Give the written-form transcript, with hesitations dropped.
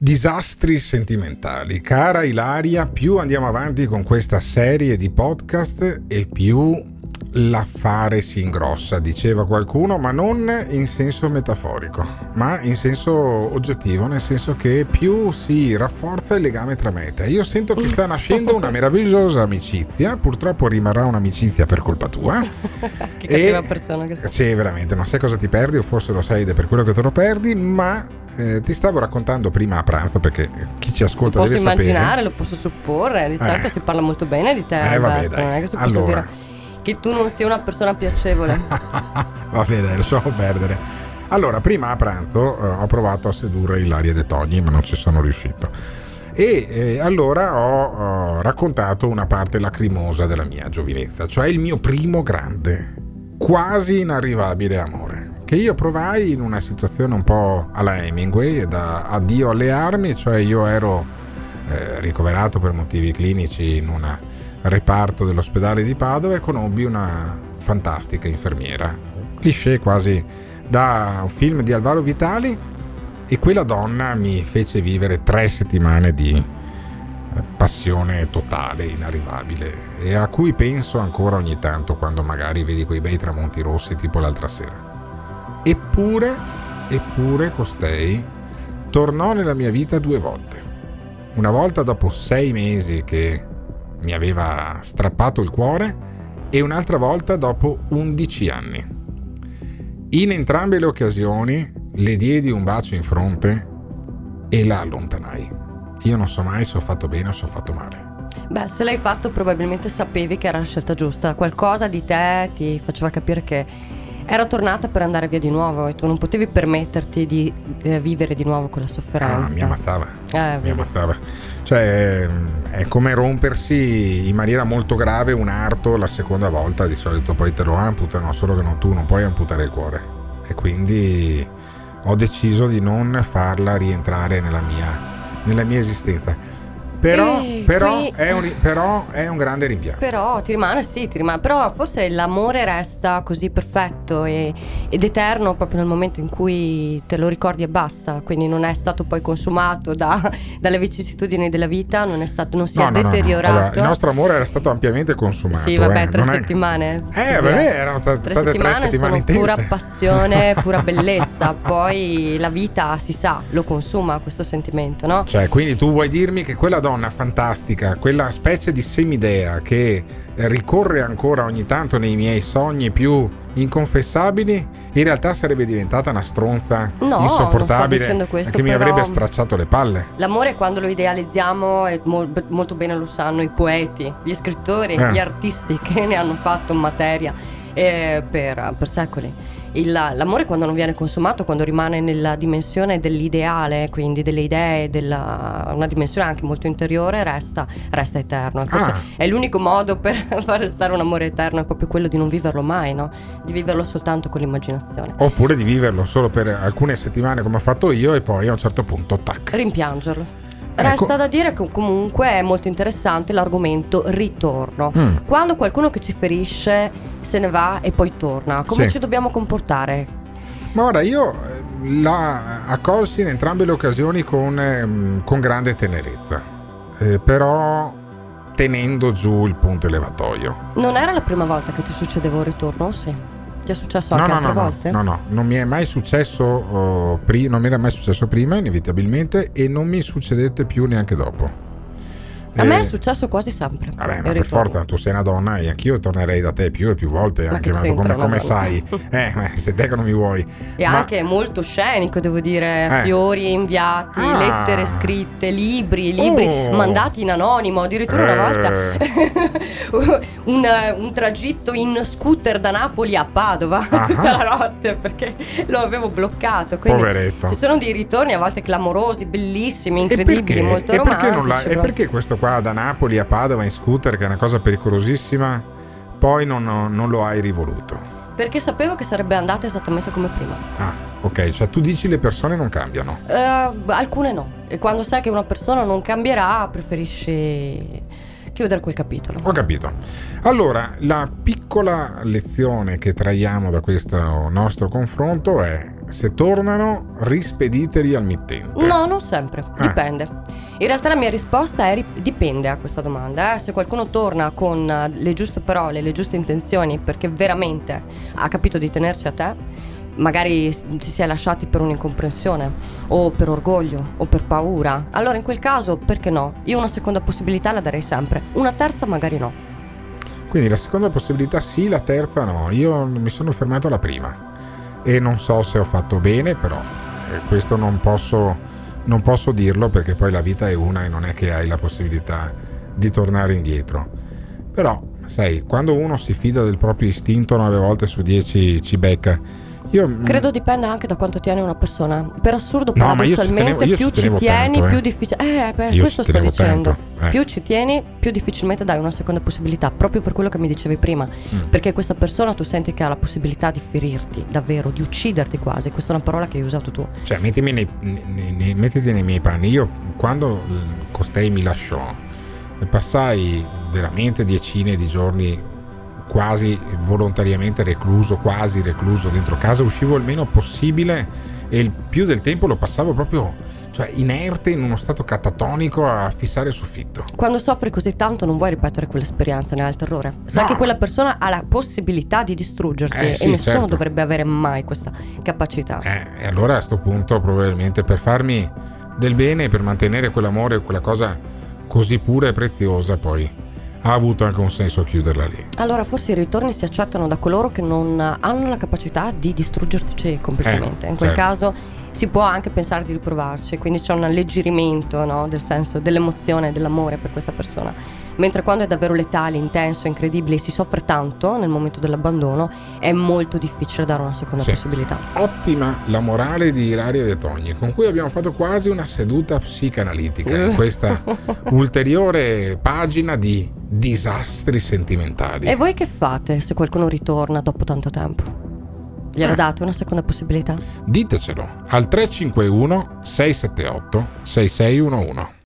Disastri sentimentali. Cara Ilaria, più andiamo avanti con questa serie di podcast e più l'affare si ingrossa, diceva qualcuno, ma non in senso metaforico, ma in senso oggettivo, nel senso che più si rafforza il legame tra me e te. Io sento che sta nascendo una meravigliosa amicizia, purtroppo rimarrà un'amicizia per colpa tua. Che cattiva persona che sei. Sì, veramente, non sai cosa ti perdi, o forse lo sai ed è per quello che te lo perdi, ma ti stavo raccontando prima a pranzo, perché chi ci ascolta deve sapere. Posso immaginare, lo posso supporre, di certo si parla molto bene di te, vabbè, dai. Non è che si possa dire che tu non sia una persona piacevole. Vabbè, dai, lasciamo perdere. Allora, prima a pranzo ho provato a sedurre Ilaria De Togni, ma non ci sono riuscito. E allora ho raccontato una parte lacrimosa della mia giovinezza, cioè il mio primo grande, quasi inarrivabile amore, che io provai in una situazione un po' alla Hemingway, da addio alle armi, cioè io ero ricoverato per motivi clinici in un reparto dell'ospedale di Padova e conobbi una fantastica infermiera, cliché quasi da un film di Alvaro Vitali, e quella donna mi fece vivere 3 settimane di passione totale, inarrivabile, e a cui penso ancora ogni tanto quando magari vedi quei bei tramonti rossi tipo l'altra sera. Eppure costei tornò nella mia vita 2 volte. Una volta dopo 6 mesi che mi aveva strappato il cuore, e un'altra volta dopo 11 anni. In entrambe le occasioni le diedi un bacio in fronte e la allontanai. Io non so mai se ho fatto bene o se ho fatto male. Beh, se l'hai fatto probabilmente sapevi che era la scelta giusta. Qualcosa di te ti faceva capire che era tornata per andare via di nuovo e tu non potevi permetterti di vivere di nuovo quella sofferenza. Mi ammazzava. Cioè è come rompersi in maniera molto grave un arto la seconda volta, di solito poi te lo amputano, solo che tu non puoi amputare il cuore, e quindi ho deciso di non farla rientrare nella mia esistenza. Però è un grande rimpianto. Però ti rimane. Però forse l'amore resta così perfetto ed eterno proprio nel momento in cui te lo ricordi e basta. Quindi non è stato poi consumato dalle vicissitudini della vita, non si è deteriorato. Allora, il nostro amore era stato ampiamente consumato. Sì, vabbè, 3 settimane. Erano state 3 settimane sono intense. Pura passione, pura bellezza. Poi la vita, si sa, lo consuma questo sentimento, no? Cioè, quindi tu vuoi dirmi che quella donna fantastica, quella specie di semidea che ricorre ancora ogni tanto nei miei sogni più inconfessabili, in realtà sarebbe diventata una stronza insopportabile che mi avrebbe stracciato le palle. L'amore, quando lo idealizziamo, è molto bene lo sanno i poeti, gli scrittori, gli artisti che ne hanno fatto materia per secoli. L'amore, quando non viene consumato, quando rimane nella dimensione dell'ideale, quindi delle idee, una dimensione anche molto interiore, resta eterno. Forse è l'unico modo per far restare un amore eterno, è proprio quello di non viverlo mai, no? Di viverlo soltanto con l'immaginazione, oppure di viverlo solo per alcune settimane come ho fatto io, e poi a un certo punto rimpiangerlo. Resta da dire che comunque è molto interessante l'argomento ritorno. Quando qualcuno che ci ferisce se ne va e poi torna, come ci dobbiamo comportare? Ma ora, io la accolsi in entrambe le occasioni con grande tenerezza, però tenendo giù il punto elevatoio. Non era la prima volta che ti succedeva un ritorno, o sì? Ti è successo anche altre volte? No, non mi è mai successo non mi era mai successo prima, inevitabilmente, e non mi succedette più neanche dopo. A me è successo quasi sempre. Vabbè, ma per forza, tu sei una donna e anch'io tornerei da te più e più volte, ma anche come sai. Se te che non mi vuoi. E anche molto scenico, devo dire, fiori inviati, lettere scritte, libri mandati in anonimo. Addirittura una volta un tragitto in scooter da Napoli a Padova tutta la notte, perché lo avevo bloccato. Quindi poveretto. Ci sono dei ritorni a volte clamorosi, bellissimi, incredibili, molto romantici. E perché questo qua da Napoli a Padova in scooter, che è una cosa pericolosissima, poi non lo hai rivoluto? Perché sapevo che sarebbe andata esattamente come prima. Ok, cioè tu dici le persone non cambiano? Alcune no, e quando sai che una persona non cambierà preferisci chiudere quel capitolo. Ho capito. Allora, la piccola lezione che traiamo da questo nostro confronto è se tornano rispediteli al mittente. No, non sempre, dipende. In realtà la mia risposta è dipende a questa domanda. Se qualcuno torna con le giuste parole, le giuste intenzioni, perché veramente ha capito di tenerci a te, magari ci si è lasciati per un'incomprensione o per orgoglio o per paura, allora in quel caso perché no? Io una seconda possibilità la darei sempre, una terza magari no. Quindi la seconda possibilità sì, la terza no. Io mi sono fermato alla prima e non so se ho fatto bene, però questo non posso dirlo, perché poi la vita è una e non è che hai la possibilità di tornare indietro. Però sai, quando uno si fida del proprio istinto 9 volte su 10 ci becca. Credo dipenda anche da quanto tiene una persona. Per assurdo, paradossalmente, più ci tieni, più difficile. Questo sto dicendo. Più ci tieni, più difficilmente dai una seconda possibilità, proprio per quello che mi dicevi prima. Perché questa persona tu senti che ha la possibilità di ferirti, davvero, di ucciderti quasi. Questa è una parola che hai usato tu. Cioè, mettiti nei miei panni. Io, quando costei mi lasciò, passai veramente decine di giorni quasi volontariamente recluso dentro casa, uscivo il meno possibile e il più del tempo lo passavo proprio, cioè, inerte, in uno stato catatonico, a fissare il soffitto. Quando soffri così tanto non vuoi ripetere quell'esperienza, ne hai il terrore. Sai che quella persona ha la possibilità di distruggerti e nessuno dovrebbe avere mai questa capacità. E allora a sto punto, probabilmente, per farmi del bene, per mantenere quell'amore, quella cosa così pura e preziosa, poi ha avuto anche un senso chiuderla lì. Allora forse i ritorni si accettano da coloro che non hanno la capacità di distruggerci completamente. In quel caso si può anche pensare di riprovarci, quindi c'è un alleggerimento, no? Del senso, dell'emozione, dell'amore per questa persona. Mentre quando è davvero letale, intenso, incredibile e si soffre tanto nel momento dell'abbandono, è molto difficile dare una seconda possibilità. Ottima la morale di Ilaria De Togni, con cui abbiamo fatto quasi una seduta psicanalitica in questa ulteriore pagina di disastri sentimentali. E voi che fate se qualcuno ritorna dopo tanto tempo? Gliela date una seconda possibilità? Ditecelo al 351 678 6611.